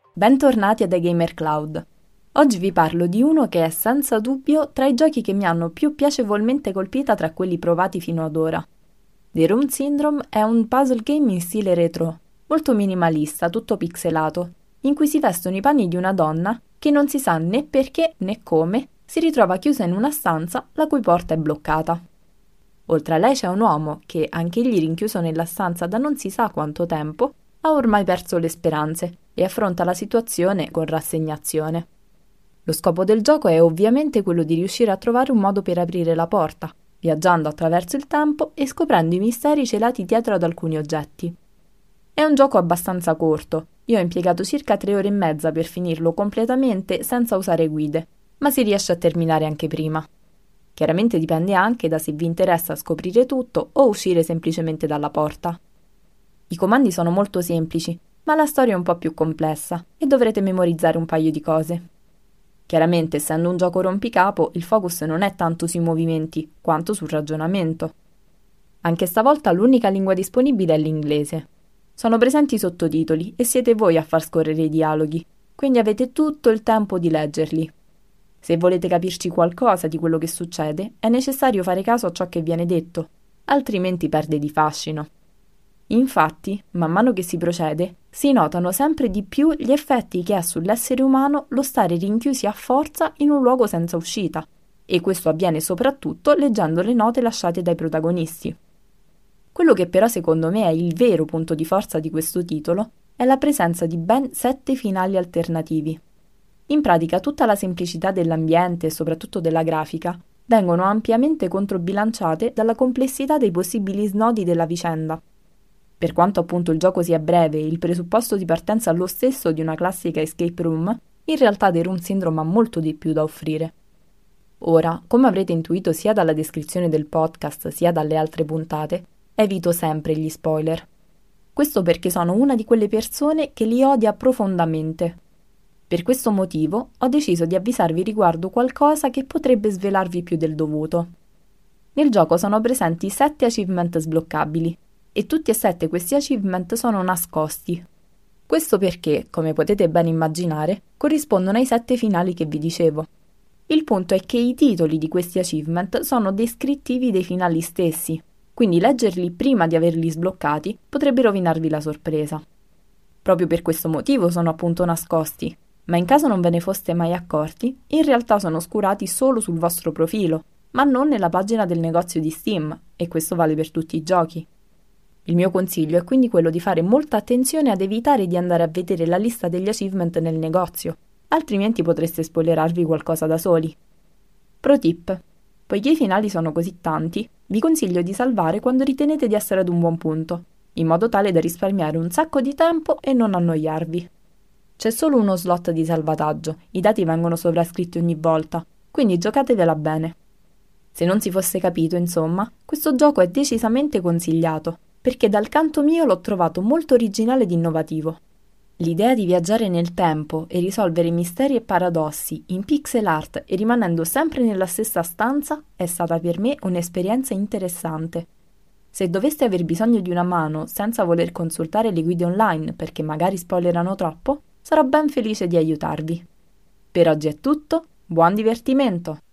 Bentornati a The Gamer Cloud. Oggi vi parlo di uno che è senza dubbio tra i giochi che mi hanno più piacevolmente colpita tra quelli provati fino ad ora. The Room Syndrome è un puzzle game in stile retro, molto minimalista, tutto pixelato, in cui si vestono i panni di una donna che non si sa né perché né come si ritrova chiusa in una stanza la cui porta è bloccata. Oltre a lei c'è un uomo che, anch'egli rinchiuso nella stanza da non si sa quanto tempo, ha ormai perso le speranze e affronta la situazione con rassegnazione. Lo scopo del gioco è ovviamente quello di riuscire a trovare un modo per aprire la porta, viaggiando attraverso il tempo e scoprendo i misteri celati dietro ad alcuni oggetti. È un gioco abbastanza corto, io ho impiegato circa 3 ore e mezza per finirlo completamente senza usare guide, ma si riesce a terminare anche prima. Chiaramente dipende anche da se vi interessa scoprire tutto o uscire semplicemente dalla porta. I comandi sono molto semplici, ma la storia è un po' più complessa e dovrete memorizzare un paio di cose. Chiaramente, essendo un gioco rompicapo, il focus non è tanto sui movimenti, quanto sul ragionamento. Anche stavolta l'unica lingua disponibile è l'inglese. Sono presenti i sottotitoli e siete voi a far scorrere i dialoghi, quindi avete tutto il tempo di leggerli. Se volete capirci qualcosa di quello che succede, è necessario fare caso a ciò che viene detto, altrimenti perde di fascino. Infatti, man mano che si procede, si notano sempre di più gli effetti che ha sull'essere umano lo stare rinchiusi a forza in un luogo senza uscita, e questo avviene soprattutto leggendo le note lasciate dai protagonisti. Quello che però secondo me è il vero punto di forza di questo titolo è la presenza di ben 7 finali alternativi. In pratica tutta la semplicità dell'ambiente e soprattutto della grafica vengono ampiamente controbilanciate dalla complessità dei possibili snodi della vicenda. Per quanto appunto il gioco sia breve e il presupposto di partenza lo stesso di una classica escape room, in realtà The Room Syndrome ha molto di più da offrire. Ora, come avrete intuito sia dalla descrizione del podcast sia dalle altre puntate, evito sempre gli spoiler. Questo perché sono una di quelle persone che li odia profondamente. Per questo motivo ho deciso di avvisarvi riguardo qualcosa che potrebbe svelarvi più del dovuto. Nel gioco sono presenti 7 achievement sbloccabili e tutti e 7 questi achievement sono nascosti. Questo perché, come potete ben immaginare, corrispondono ai 7 finali che vi dicevo. Il punto è che i titoli di questi achievement sono descrittivi dei finali stessi, quindi leggerli prima di averli sbloccati potrebbe rovinarvi la sorpresa. Proprio per questo motivo sono appunto nascosti, ma in caso non ve ne foste mai accorti, in realtà sono oscurati solo sul vostro profilo, ma non nella pagina del negozio di Steam, e questo vale per tutti i giochi. Il mio consiglio è quindi quello di fare molta attenzione ad evitare di andare a vedere la lista degli achievement nel negozio, altrimenti potreste spoilerarvi qualcosa da soli. Pro tip: poiché i finali sono così tanti, vi consiglio di salvare quando ritenete di essere ad un buon punto, in modo tale da risparmiare un sacco di tempo e non annoiarvi. C'è solo uno slot di salvataggio, i dati vengono sovrascritti ogni volta, quindi giocatevela bene. Se non si fosse capito, insomma, questo gioco è decisamente consigliato, perché dal canto mio l'ho trovato molto originale ed innovativo. L'idea di viaggiare nel tempo e risolvere misteri e paradossi in pixel art e rimanendo sempre nella stessa stanza è stata per me un'esperienza interessante. Se doveste aver bisogno di una mano senza voler consultare le guide online perché magari spoilerano troppo, sarò ben felice di aiutarvi. Per oggi è tutto, buon divertimento!